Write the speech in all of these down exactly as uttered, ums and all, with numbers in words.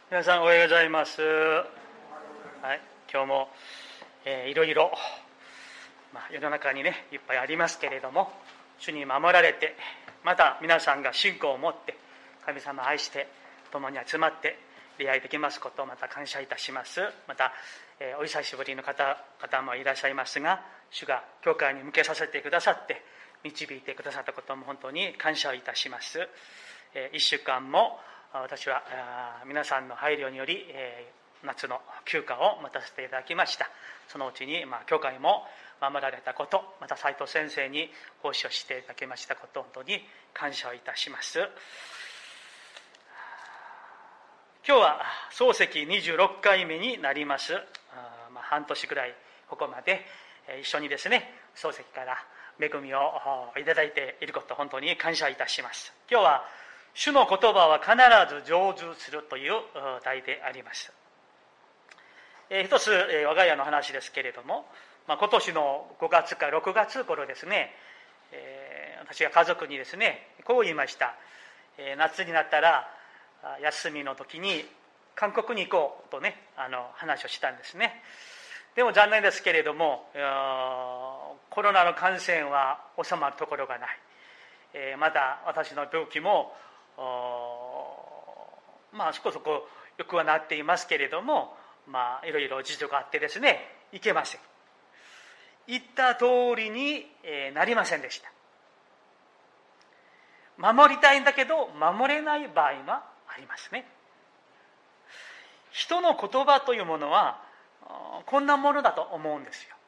皆さんおはようございます。はい、今日も、えー、いろいろ、まあ、世の中にねいっぱいありますけれども、主に守られて、また皆さんが信仰を持って神様を愛して共に集まって礼拝できますことをまた感謝いたします。また、えー、お久しぶりの方々もいらっしゃいますが、主が教会に向けさせてくださって導いてくださったことも本当に感謝をいたします。えー、いっしゅうかんも私は皆さんの配慮により、えー、夏の休暇を待たせていただきました。そのうちに、まあ、教会も守られたこと、また斉藤先生に講師をしていただきましたこと、本当に感謝をいたします。今日は漱石にじゅうろっかいめになります。あ、まあ、半年くらいここまで一緒にですね、漱石から恵みをいただいていること、本当に感謝いたします。今日は主の言葉は必ず成就するという題であります。えー、一つ、えー、我が家の話ですけれども、まあ、今年のごがつかろくがつ頃ですね、えー、私が家族にですねこう言いました。えー、夏になったら休みの時に韓国に行こうとねあの話をしたんですね。でも残念ですけれども、コロナの感染は収まるところがない。えー、また私の病気もまあそこそこよくはなっていますけれども、まあいろいろ事情があってですねいけません。言った通りになりませんでした。守りたいんだけど守れない場合はありますね。人の言葉というものはこんなものだと思うんですよ。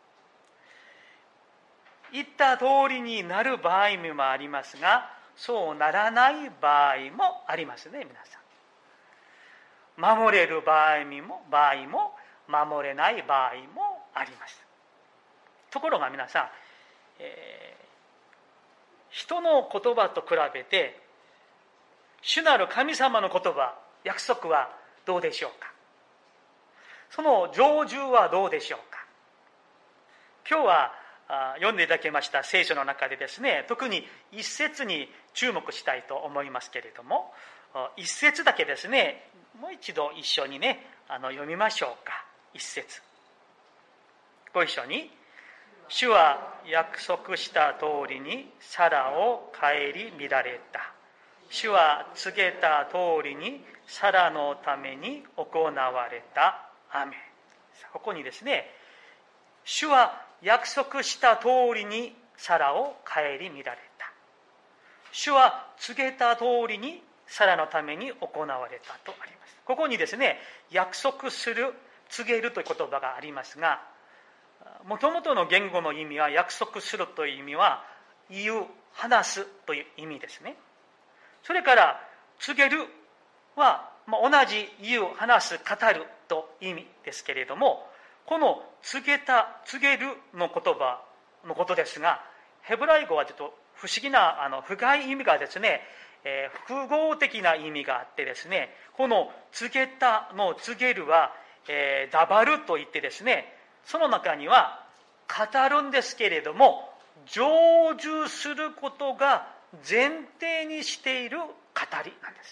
言った通りになる場合もありますが、そうならない場合もありますね。皆さん、守れる場合も場合も守れない場合もあります。ところが皆さん、えー、人の言葉と比べて主なる神様の言葉、約束はどうでしょうか。その成就はどうでしょうか。今日は読んでいただきました聖書の中でですね、特に一節に注目したいと思いますけれども、一節だけですね、もう一度一緒にねあの読みましょうか。一節ご一緒に。主は約束した通りにサラを顧みられた。主は告げた通りにサラのために行われた。アメン。ここにですね、主は約束した通りにサラを顧みられた。主は告げた通りにサラのために行われたとあります。ここにですね、約束する、告げるという言葉がありますが、もともとの言語の意味は約束するという意味は言う、話すという意味ですね。それから告げるは同じ言う、話す、語るという意味ですけれども、この告げた、告げるの言葉のことですが、ヘブライ語はちょっと不思議なあの深い意味がですね、えー、複合的な意味があってですね、この告げたの告げるは、えー、ダバルといってですね、その中には語るんですけれども成就することが前提にしている語りなんです。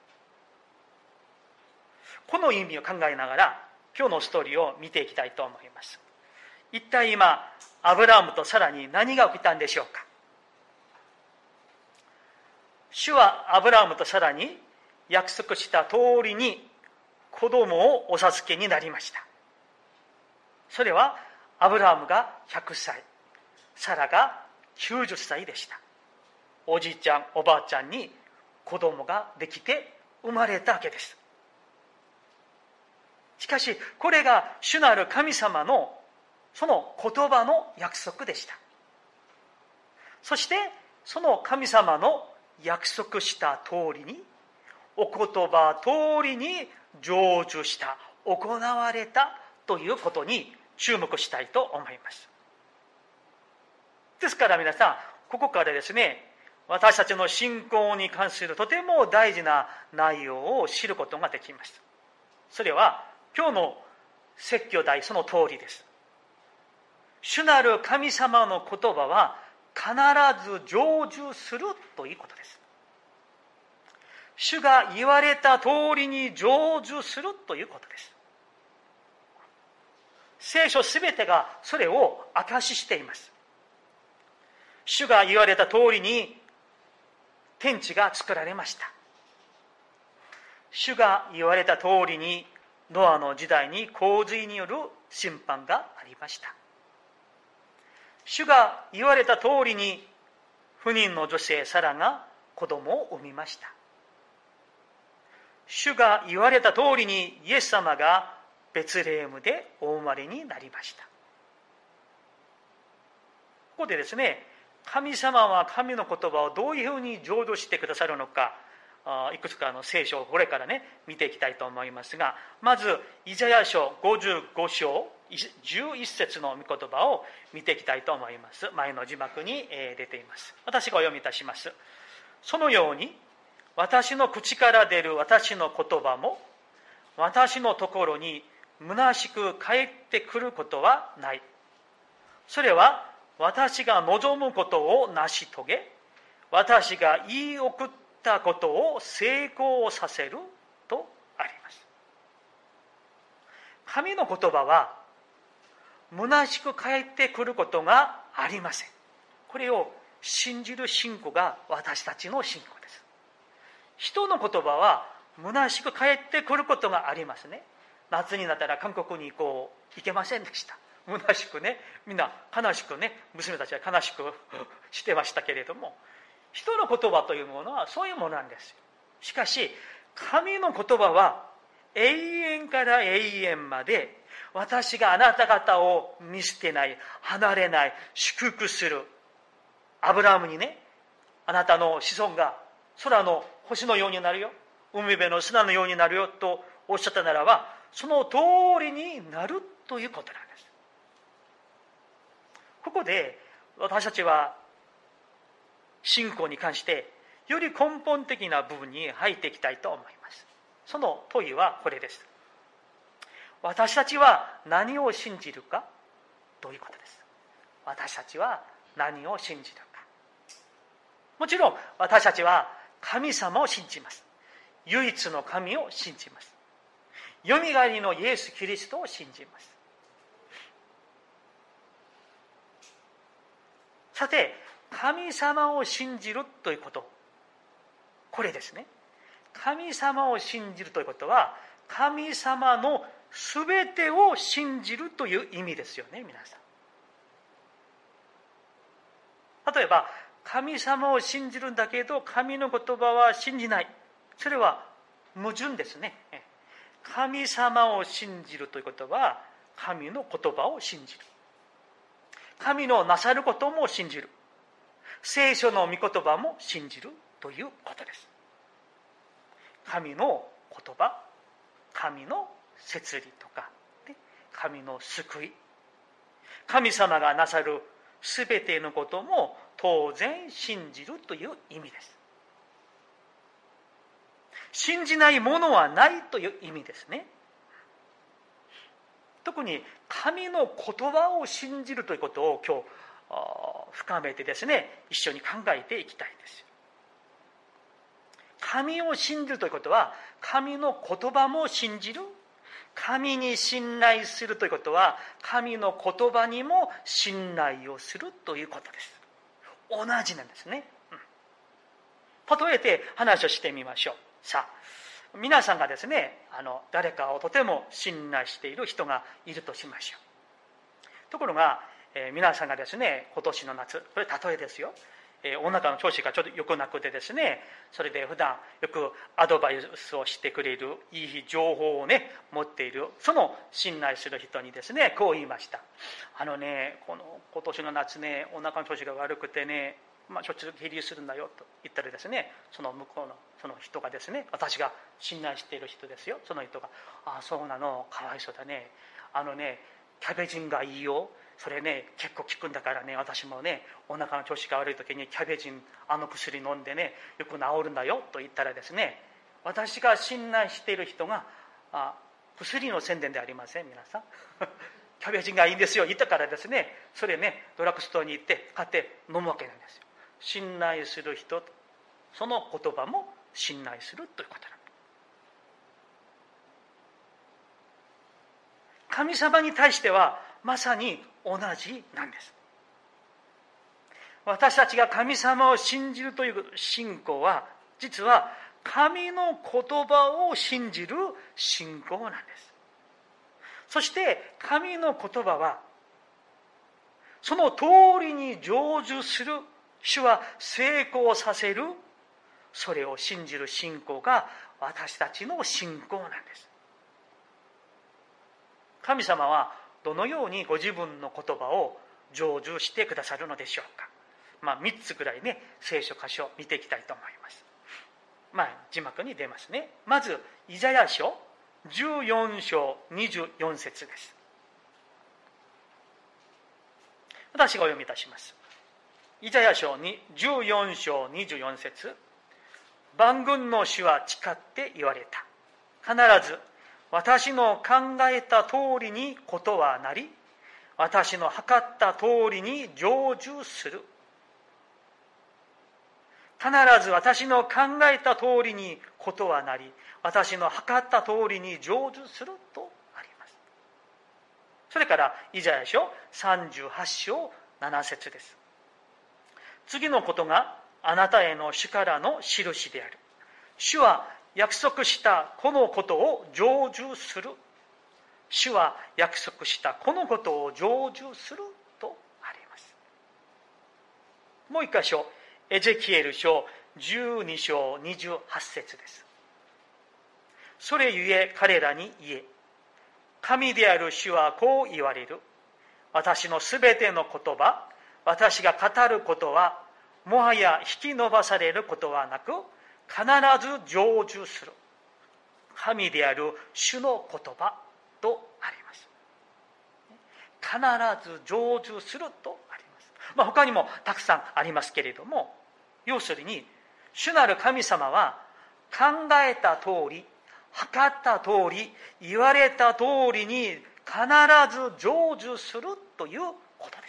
この意味を考えながら今日のストーリーを見ていきたいと思います。一体今アブラハムとサラに何が起きたんでしょうか。主はアブラハムとサラに約束した通りに子供をお授けになりました。それはアブラハムがひゃくさい、サラがきゅうじゅっさいでした。おじいちゃんおばあちゃんに子供ができて生まれたわけです。しかしこれが主なる神様のその言葉の約束でした。そしてその神様の約束した通りに、お言葉通りに成就した、行われたということに注目したいと思います。ですから皆さん、ここからですね、私たちの信仰に関するとても大事な内容を知ることができます。それは今日の説教題その通りです。主なる神様の言葉は必ず成就するということです。 主が言われた通りに成就するということです。聖書すべてがそれを証ししています。主が言われた通りに天地が作られました。主が言われた通りにノアの時代に洪水による審判がありました。主が言われた通りに不妊の女性サラが子供を産みました。主が言われた通りにイエス様がベツレヘムでお生まれになりました。ここでですね、神様は神の言葉をどういうふうに成就してくださるのか、いくつかの聖書をこれからね見ていきたいと思いますが、まずイザヤ書ごじゅうご章じゅういち節の御言葉を見ていきたいと思います。前の字幕に出ています。私がお読みいたします。そのように私の口から出る私の言葉も私のところに虚しく帰ってくることはない。それは私が望むことを成し遂げ、私が言い送ったことを成功させるとあります。神の言葉は虚しく帰ってくることがありません。これを信じる信仰が私たちの信仰です。人の言葉は虚しく帰ってくることがありますね。夏になったら韓国に行こう行けませんでした。虚しくね、みんな悲しくね、娘たちは悲しくしてましたけれども、人の言葉というものはそういうものなんですよ。しかし神の言葉は永遠から永遠まで、私があなた方を見捨てない、離れない、祝福する。アブラハムにね、あなたの子孫が空の星のようになるよ、海辺の砂のようになるよとおっしゃったならば、その通りになるということなんです。ここで私たちは信仰に関してより根本的な部分に入っていきたいと思います。その問いはこれです。私たちは何を信じるかということです。私たちは何を信じるか。もちろん私たちは神様を信じます。唯一の神を信じます。よみがえりのイエス・キリストを信じます。さて、神様を信じるということ、これですね。神様を信じるということは、神様のすべてを信じるという意味ですよね、皆さん。例えば、神様を信じるんだけど、神の言葉は信じない。それは矛盾ですね。神様を信じるということは、神の言葉を信じる。神のなさることも信じる。聖書の御言葉も信じるということです。神の言葉、神の摂理とか、神の救い、神様がなさるすべてのことも当然信じるという意味です。信じないものはないという意味ですね。特に神の言葉を信じるということを今日深めてですね、一緒に考えていきたいんですよ。神を信じるということは、神の言葉も信じる。神に信頼するということは、神の言葉にも信頼をするということです。同じなんですね。うん、例えて話をしてみましょう。さあ、皆さんがですね、あの誰かをとても信頼している人がいるとしましょう。ところが、えー、皆さんがですね、今年の夏、これ例えですよ、えー、お腹の調子がちょっと良くなくてですね、それで普段よくアドバイスをしてくれるいい情報をね持っている、その信頼する人にですね、こう言いました。あのね、この今年の夏ね、お腹の調子が悪くてね、まあ、しょっちゅう下痢するんだよと言ったらですね、その向こうのその人がですね、私が信頼している人ですよ、その人が、ああそうなの、かわいそうだね、あのねキャベジンがいいよ、それね結構効くんだからね、私もねお腹の調子が悪い時にキャベジンあの薬飲んでねよく治るんだよと言ったらですね、私が信頼している人が、あ薬の宣伝でありません皆さんキャベジンがいいんですよ言ったからですね、それねドラッグストアに行って買って飲むわけなんですよ。信頼する人、その言葉も信頼するということなんです。神様に対してはまさに同じなんです。私たちが神様を信じるという信仰は、実は神の言葉を信じる信仰なんです。そして神の言葉はその通りに成就する、主は成功させる、それを信じる信仰が私たちの信仰なんです。神様はどのようにご自分の言葉を成就してくださるのでしょうか。まあみっつくらいね、聖書箇所を見ていきたいと思います。まあ字幕に出ますね。まずイザヤ書じゅうよん章にじゅうよん節です。私がお読みいたします。イザヤ書にじゅうよん章にじゅうよん節、万軍の主は誓って言われた。必ず私の考えた通りにことはなり、私の計った通りに成就する。必ず私の考えた通りにことはなり、私の計った通りに成就するとあります。それからイザヤ書さんじゅうはち章なな節です。次のことがあなたへの主からの印である。主は約束したこのことを成就する。主は約束したこのことを成就するとあります。もう一箇所、エゼキエル書じゅうに章にじゅうはち節です。それゆえ彼らに言え、神である主はこう言われる。私のすべての言葉、私が語ることはもはや引き伸ばされることはなく、必ず成就する。神である主の言葉とあります。必ず成就するとあります。まあ、他にもたくさんありますけれども、要するに主なる神様は考えた通り、計った通り、言われた通りに必ず成就するということです。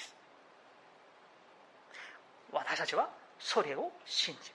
私たちはそれを信じます。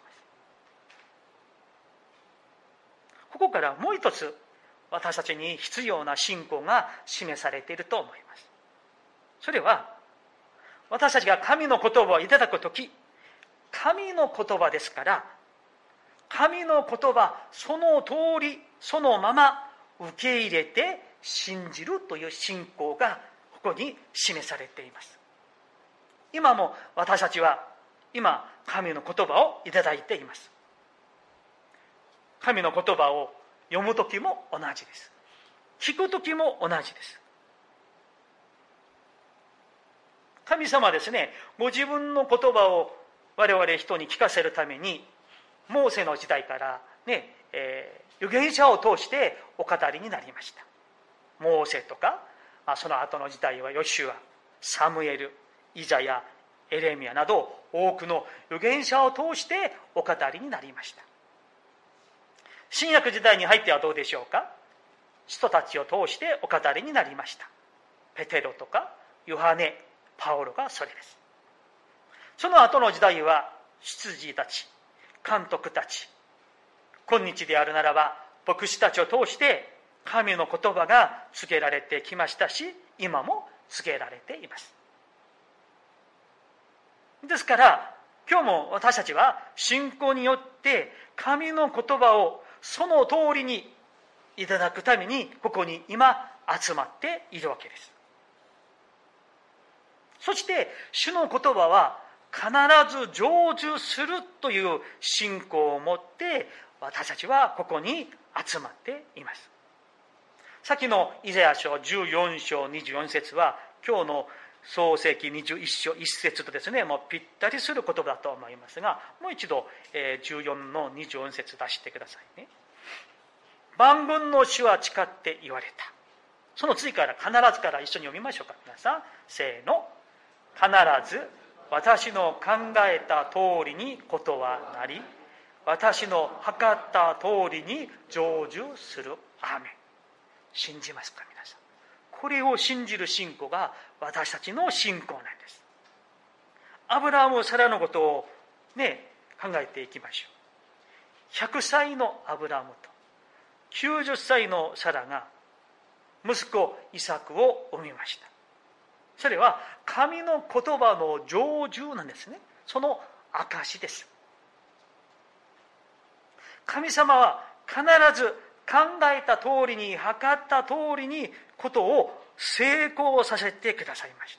ここからもう一つ私たちに必要な信仰が示されていると思います。それは私たちが神の言葉をいただくとき、神の言葉ですから、神の言葉その通りそのまま受け入れて信じるという信仰がここに示されています。今も私たちは今神の言葉をいただいています。神の言葉を読むときも同じです。聞くときも同じです。神様はですね、ご自分の言葉を我々人に聞かせるために、モーセの時代からね、えー、預言者を通してお語りになりました。モーセとか、まあ、その後の時代はヨシュア、サムエル、イザヤ、エレミヤなど多くの預言者を通してお語りになりました。新約時代に入ってはどうでしょうか。人たちを通してお語りになりました。ペテロとかヨハネ、パオロがそれです。その後の時代は執事たち、監督たち、今日であるならば牧師たちを通して神の言葉が告げられてきましたし、今も告げられています。ですから今日も私たちは信仰によって神の言葉をその通りにいただくためにここに今集まっているわけです。そして主の言葉は必ず成就するという信仰を持って私たちはここに集まっています。さっきのイザヤ書じゅうよん章にじゅうよん節は今日の創世記にじゅういち章いち節とですね、もうぴったりする言葉だと思いますが、もう一度じゅうよんのにじゅうよん節出してくださいね。万軍の主は誓って言われた。その次から必ずから一緒に読みましょうか。皆さんせーの。必ず私の考えた通りにことはなり、私の計った通りに成就する。アーメン。信じますか皆さん。これを信じる信仰が私たちの信仰なんです。アブラハム・サラのことをね考えていきましょひゃくさいのアブラムときゅうじゅっさいのサラが息子イサクを産みました。それは神の言葉の成就なんですね。その証です。神様は必ず考えた通りに、測った通りにことを成功させてくださいました。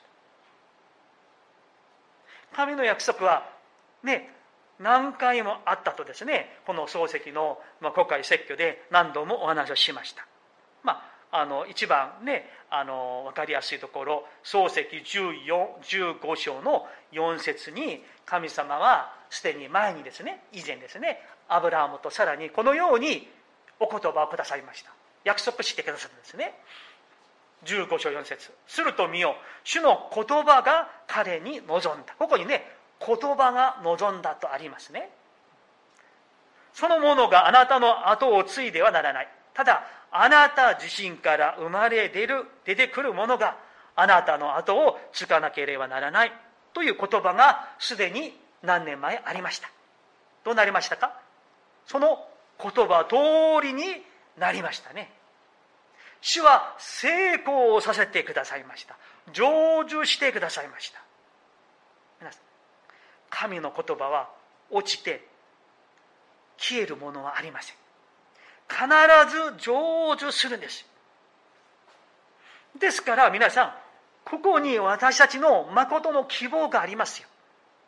神の約束はね、何回もあったとですね、この漱石の、まあ、国会説教で何度もお話をしました。まあ、あの一番ね、あの分かりやすいところ、漱石じゅうよん、じゅうご章のよん節に、神様はすでに前にですね、以前ですね、アブラハムとサラにこのようにお言葉をくださいました。約束してくださったんですね。じゅうご章よん節、すると見よ、主の言葉が彼に望んだ。ここにね、言葉が望んだとありますね。そのものがあなたの後を継いではならない。ただあなた自身から生まれ出る出てくるものがあなたの後を継がなければならないという言葉がすでに何年前ありました。どうなりましたか？その言葉通りになりましたね。主は成功をさせてくださいました。成就してくださいました。皆さん、神の言葉は落ちて消えるものはありません。必ず成就するんです。ですから皆さん、ここに私たちの誠の希望がありますよ。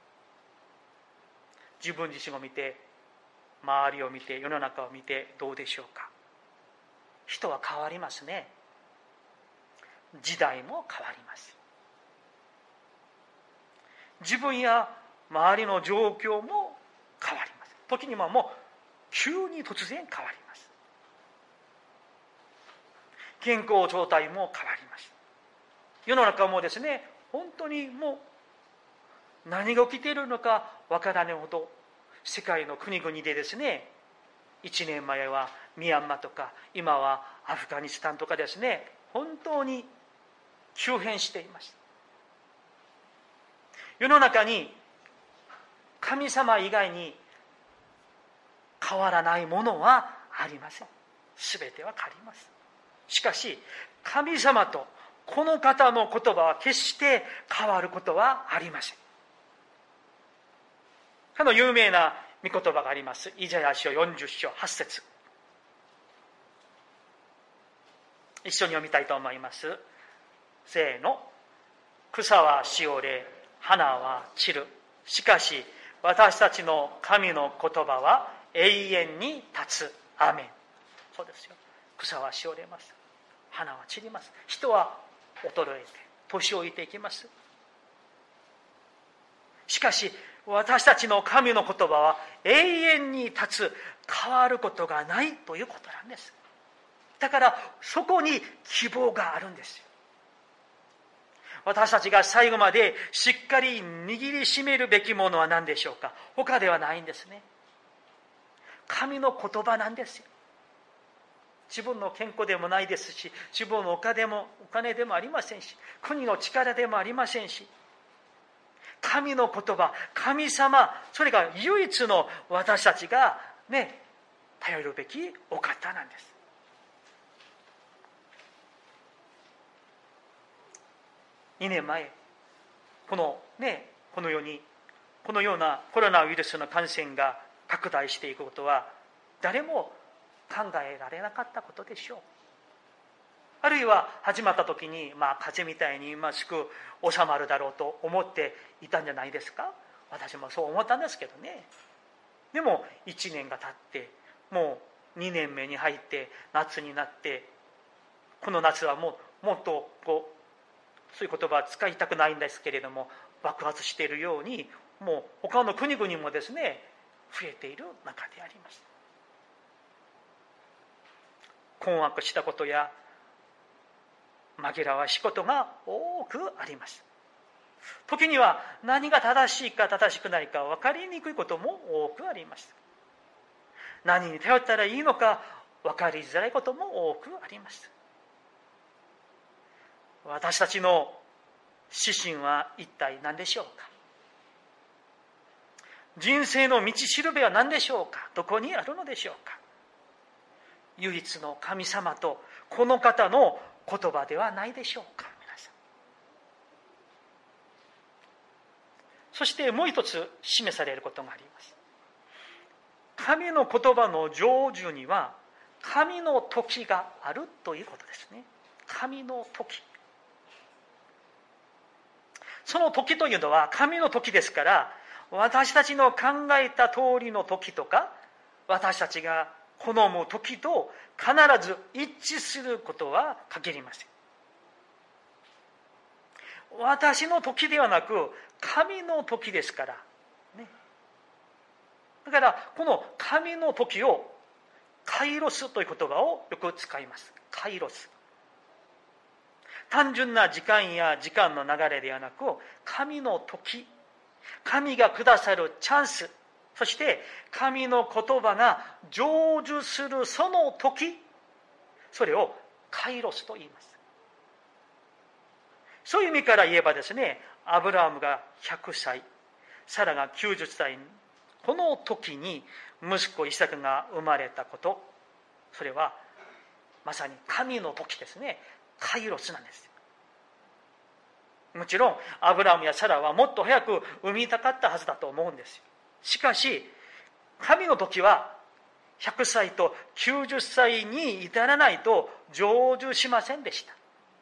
自分自身を見て、周りを見て、世の中を見てどうでしょうか。人は変わりますね。時代も変わります。自分や周りの状況も変わります。時にはもう急に突然変わります。健康状態も変わります。世の中もですね、本当にもう何が起きているのかわからないほど、世界の国々でですね、いちねんまえはミャンマーとか、今はアフガニスタンとかですね、本当に急変しています。世の中に神様以外に変わらないものはありません。すべては変わります。しかし神様とこの方の言葉は決して変わることはありません。あの有名な御言葉があります。イザヤ書よんじゅう章はち節、一緒に読みたいと思います。せーの。草はしおれ、花は散る。しかし私たちの神の言葉は永遠に立つ。アメン。そうですよ。草はしおれます。花は散ります。人は衰えて年老いていきます。しかし私たちの神の言葉は永遠に立つ、変わることがないということなんです。だからそこに希望があるんですよ。私たちが最後までしっかり握りしめるべきものは何でしょうか。他ではないんですね。神の言葉なんですよ。自分の健康でもないですし、自分のお金もお金でもありませんし、国の力でもありませんし、神の言葉、神様、それが唯一の私たちがね、頼るべきお方なんです。にねんまえ、このね、この世にこのようなコロナウイルスの感染が拡大していくことは誰も考えられなかったことでしょう。あるいは始まった時に、まあ、風邪みたいに今すぐ収まるだろうと思っていたんじゃないですか。私もそう思ったんですけどね。でもいちねんが経ってもうにねんめに入って夏になって、この夏はもうもっとこうそういう言葉は使いたくないんですけれども、爆発しているようにもう他の国々もですね増えている中であります。困惑したことや紛らわしいことが多くあります。時には何が正しいか正しくないか分かりにくいことも多くあります。何に頼ったらいいのか分かりづらいことも多くあります。私たちの指針は一体何でしょうか。 人生の道しるべは何でしょうか？どこにあるのでしょうか？唯一の神様とこの方の言葉ではないでしょうか、皆さん。そしてもう一つ示されることがあります。神の言葉の成就には神の時があるということですね。神の時。その時というのは神の時ですから、私たちの考えた通りの時とか、私たちが好む時と必ず一致することは限りません。私の時ではなく神の時ですから、ね、だからこの神の時をカイロスという言葉をよく使います。カイロス。単純な時間や時間の流れではなく、神の時、神がくださるチャンス、そして神の言葉が成就するその時、それをカイロスと言います。そういう意味から言えばですね、アブラハムがひゃくさい、サラがきゅうじゅっさい、この時に息子イサクが生まれたこと、それはまさに神の時ですね。カイロスなんです。もちろんアブラハムやサラはもっと早く産みたかったはずだと思うんですよ。しかし神の時はひゃくさいときゅうじゅっさいに至らないと成就しませんでした。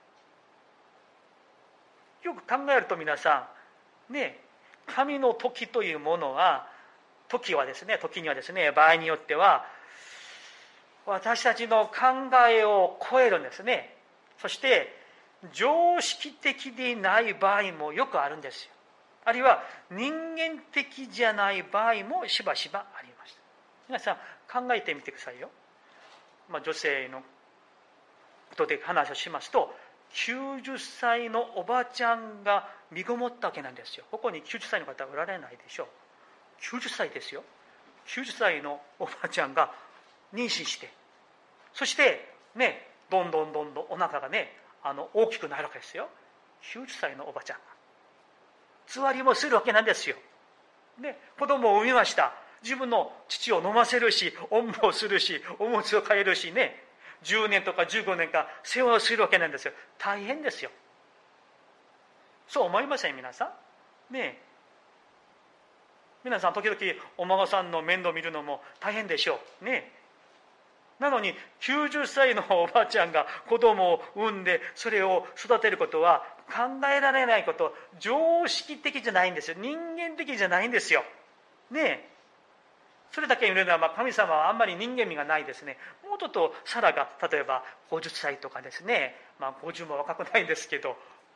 よく考えると皆さんね、神の時というものは、時はですね、時にはですね、場合によっては私たちの考えを超えるんですね。そして常識的でない場合もよくあるんですよ。あるいは人間的じゃない場合もしばしばあります。皆さん考えてみてくださいよ。まあ、女性のことで話をしますと、きゅうじゅっさいのおばちゃんが身ごもったわけなんですよ。ここにきゅうじゅっさいの方はおられないでしょう。きゅうじゅっさいですよ。きゅうじゅっさいのおばちゃんが妊娠して、そしてね、どんどんどんどんお腹がね、あの大きくなるわけですよ。きゅうじゅっさいのおばちゃんがつわりもするわけなんですよ。で、子供を産みました。自分の父を飲ませるし、おんぶをするし、おむつを替えるしね、じゅうねんとかじゅうごねんか世話をするわけなんですよ。大変ですよ。そう思いません皆さんね。皆さん時々お孫さんの面倒を見るのも大変でしょうね。なのにきゅうじゅっさいのおばあちゃんが子供を産んでそれを育てることは考えられないこと、常識的じゃないんですよ。人間的じゃないんですよねえ。それだけ言うのは、まあ、神様はあんまり人間味がないですね。もうちょっとサラが例えばごじゅっさいとかですね、まあごじゅうも若くないんですけど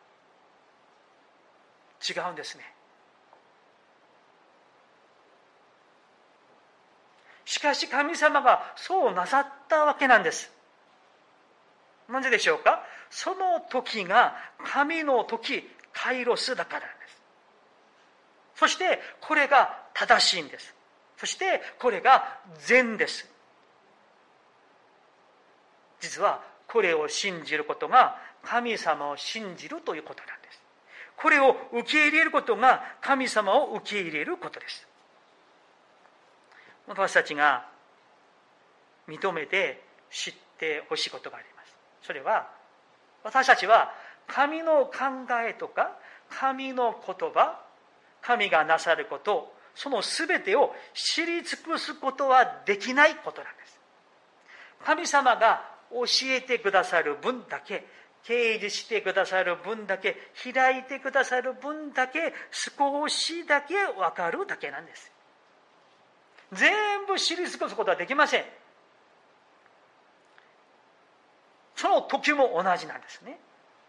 違うんですね。しかし神様がそうなさったわけなんです。なぜでしょうか？その時が神の時、カイロスだからです。そしてこれが正しいんです。そしてこれが善です。実はこれを信じることが神様を信じるということなんです。これを受け入れることが神様を受け入れることです。私たちが認めて知ってほしいことがあります。それは、私たちは神の考えとか神の言葉、神がなさること、その全てを知り尽くすことはできないことなんです。神様が教えてくださる分だけ、掲示してくださる分だけ、開いてくださる分だけ、少しだけ分かるだけなんです。全部知り尽くすことはできません。その時も同じなんですね。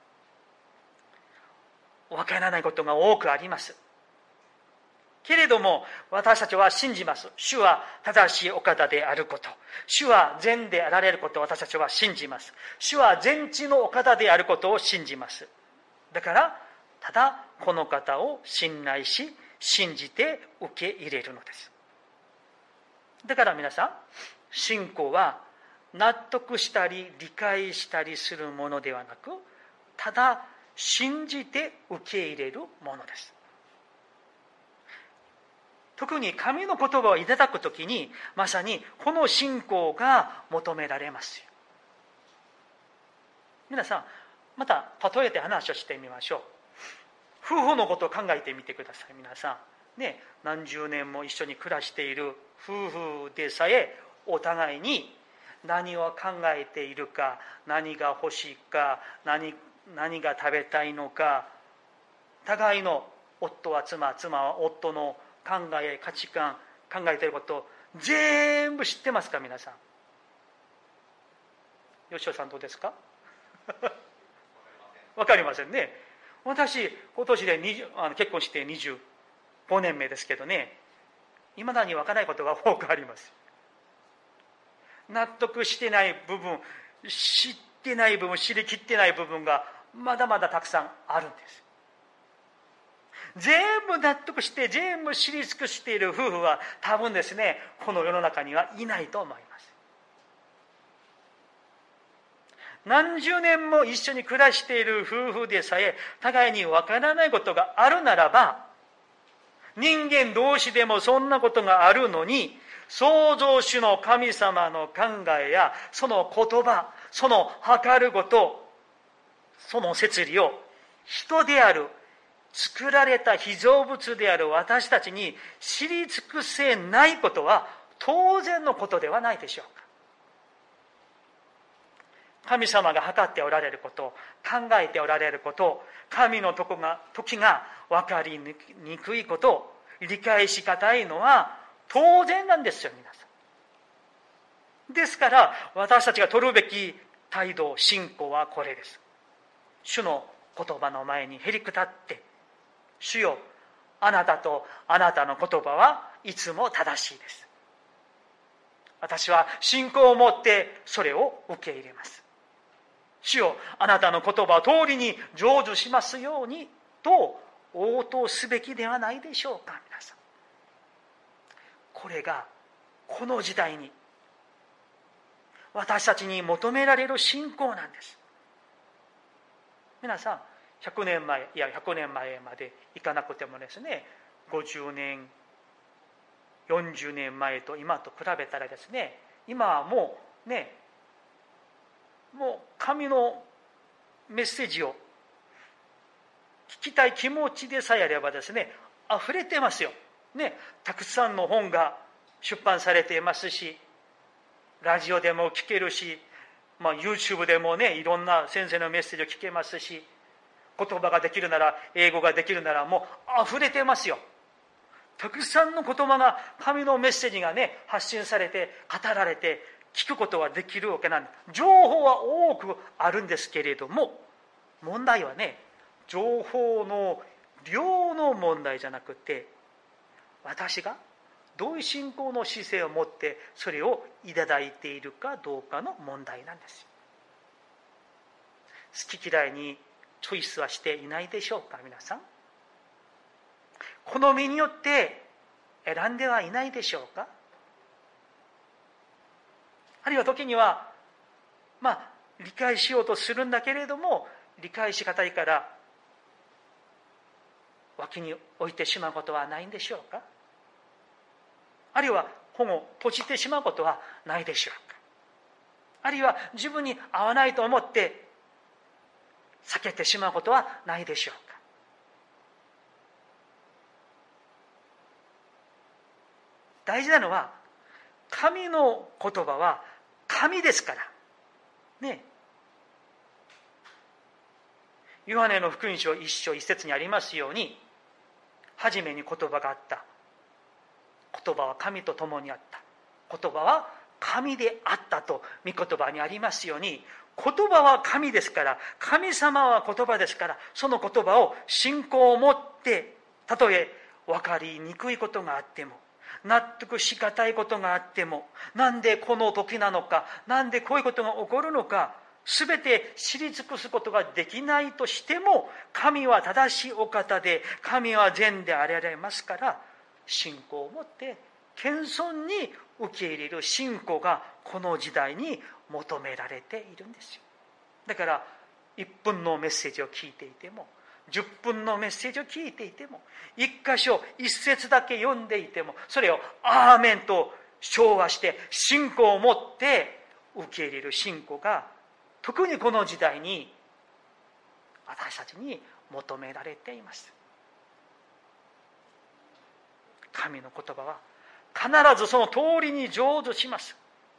分からないことが多くあります。けれども私たちは信じます。主は正しいお方であること、主は善であられることを私たちは信じます。主は全知のお方であることを信じます。だからただこの方を信頼し信じて受け入れるのです。だから皆さん、信仰は納得したり理解したりするものではなく、ただ信じて受け入れるものです。 特に神の言葉をいただくときに、まさにこの信仰が求められますよ。皆さん、また例えて話をしてみましょう。夫婦のことを考えてみてください。皆さんね、何十年も一緒に暮らしている夫婦でさえ、お互いに何を考えているか、何が欲しいか、何、何が食べたいのか、互いの夫は妻、妻は夫の考え、価値観、考えていることを全部知ってますか、皆さん。吉尾さんどうですか？わかりませんね。私、今年でにじゅうあの結婚してにじゅうごねんめですけどね、いまだにわからないことが多くあります。納得してない部分、知ってない部分、知りきってない部分がまだまだたくさんあるんです。全部納得して全部知り尽くしている夫婦は多分ですね、この世の中にはいないと思います。何十年も一緒に暮らしている夫婦でさえ互いにわからないことがあるならば、人間同士でもそんなことがあるのに、創造主の神様の考えやその言葉、その計ること、その摂理を人である、作られた被造物である私たちに知り尽くせないことは当然のことではないでしょうか。神様が計っておられること、考えておられること、神のとこが時が分かりにくいこと、理解しがたいのは当然なんですよ、皆さん。ですから私たちが取るべき態度、信仰はこれです。主の言葉の前にへりくだって、主よ、あなたとあなたの言葉はいつも正しいです。私は信仰を持ってそれを受け入れます。主よ、あなたの言葉を通りに成就しますようにと応答すべきではないでしょうか、皆さん。これがこの時代に私たちに求められる信仰なんです。皆さん、ひゃくねんまえ、いやひゃくねんまえまでいかなくてもですね、ごじゅうねん、よんじゅうねんまえと今と比べたらですね、今はもうね、もう神のメッセージを聞きたい気持ちでさえあればですね、溢れてますよ。ね、たくさんの本が出版されていますし、ラジオでも聞けるし、まあ、YouTube でもね、いろんな先生のメッセージを聞けますし、言葉ができるなら、英語ができるならもう溢れてますよ。たくさんの言葉が、神のメッセージがね、発信されて、語られて、聞くことはできるわけなんです。情報は多くあるんですけれども、問題はね、情報の量の問題じゃなくて、私がどういう信仰の姿勢を持ってそれをいただいているかどうかの問題なんですよ。好き嫌いにチョイスはしていないでしょうか、皆さん。好みによって選んではいないでしょうか。あるいは時にはまあ理解しようとするんだけれども、理解しがたいから脇に置いてしまうことはないんでしょうか。あるいは本を閉じてしまうことはないでしょうか。あるいは自分に合わないと思って避けてしまうことはないでしょうか。大事なのは、神の言葉は神ですからね。ヨハネの福音書一章一節にありますように、初めに言葉があった。言葉は神と共にあった。言葉は神であったと御言葉にありますように、言葉は神ですから、神様は言葉ですから、その言葉を信仰を持って、たとえ分かりにくいことがあっても、納得しがたいことがあっても、なんでこの時なのか、なんでこういうことが起こるのか、すべて知り尽くすことができないとしても、神は正しいお方で、神は善であられますから、信仰を持って謙遜に受け入れる信仰がこの時代に求められているんですよ。だからいっぷんのメッセージを聞いていても、 じゅっぷんのメッセージを聞いていても、一箇所一節だけ読んでいても、それをアーメンと唱和して信仰を持って受け入れる信仰が、特にこの時代に私たちに求められています。神の言葉は必ずその通りに成就します。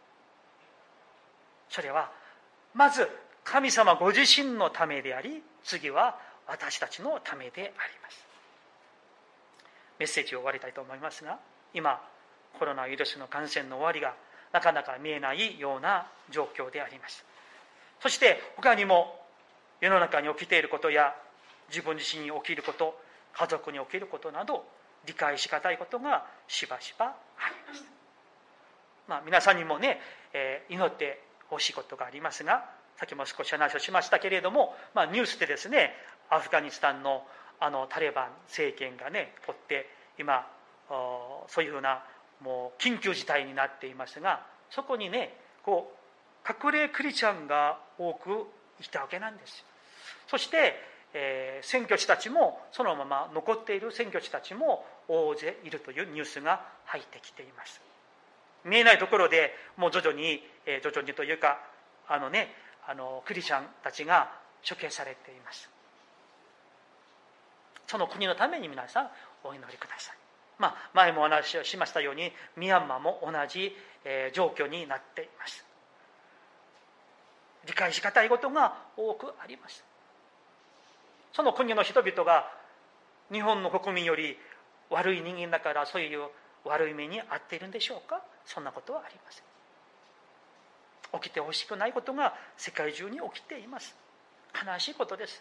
それはまず神様ご自身のためであり、次は私たちのためであります。メッセージを終わりたいと思いますが、今コロナウイルスの感染の終わりがなかなか見えないような状況であります。そして他にも世の中に起きていることや自分自身に起きること、家族に起きることなど理解しがたいことがしばしばあります。まあ、皆さんにもね、えー、祈ってほしいことがありますが、さっきも少し話をしましたけれども、まあ、ニュースでですね、アフガニスタンのあのタリバン政権がね取って今そういうふうなもう緊急事態になっていますが、そこにねこう隠れクリスチャンが多くいたわけなんですよ。そして、えー、宣教師たちもそのまま残っている宣教師たちも大勢いるというニュースが入ってきています。見えないところでもう徐々に、えー、徐々にというかあのねあのクリスチャンたちが処刑されています。その国のために皆さんお祈りください。まあ、前もお話をしましたようにミャンマーも同じ、えー、状況になっています。理解しがたいことが多くあります。その国の人々が日本の国民より悪い人間だからそういう悪い目に遭っているんでしょうか。そんなことはありません。起きてほしくないことが世界中に起きています。悲しいことです。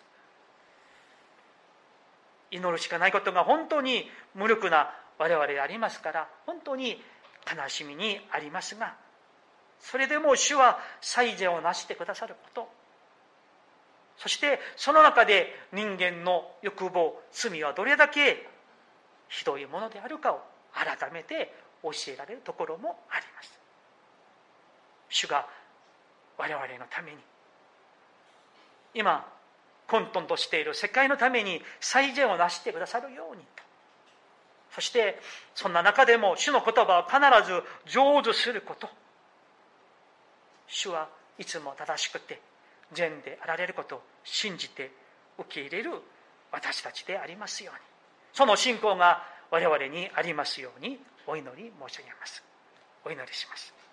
祈るしかないことが本当に無力な我々でありますから、本当に悲しみにありますが、それでも主は最善をなしてくださること、そしてその中で人間の欲望、罪はどれだけひどいものであるかを改めて教えられるところもあります。主が我々のために今混沌としている世界のために最善をなしてくださるようにと、そしてそんな中でも主の言葉を必ず成就すること、主はいつも正しくて善であられることを信じて受け入れる私たちでありますように、その信仰が我々にありますようにお祈り申し上げます。お祈りします。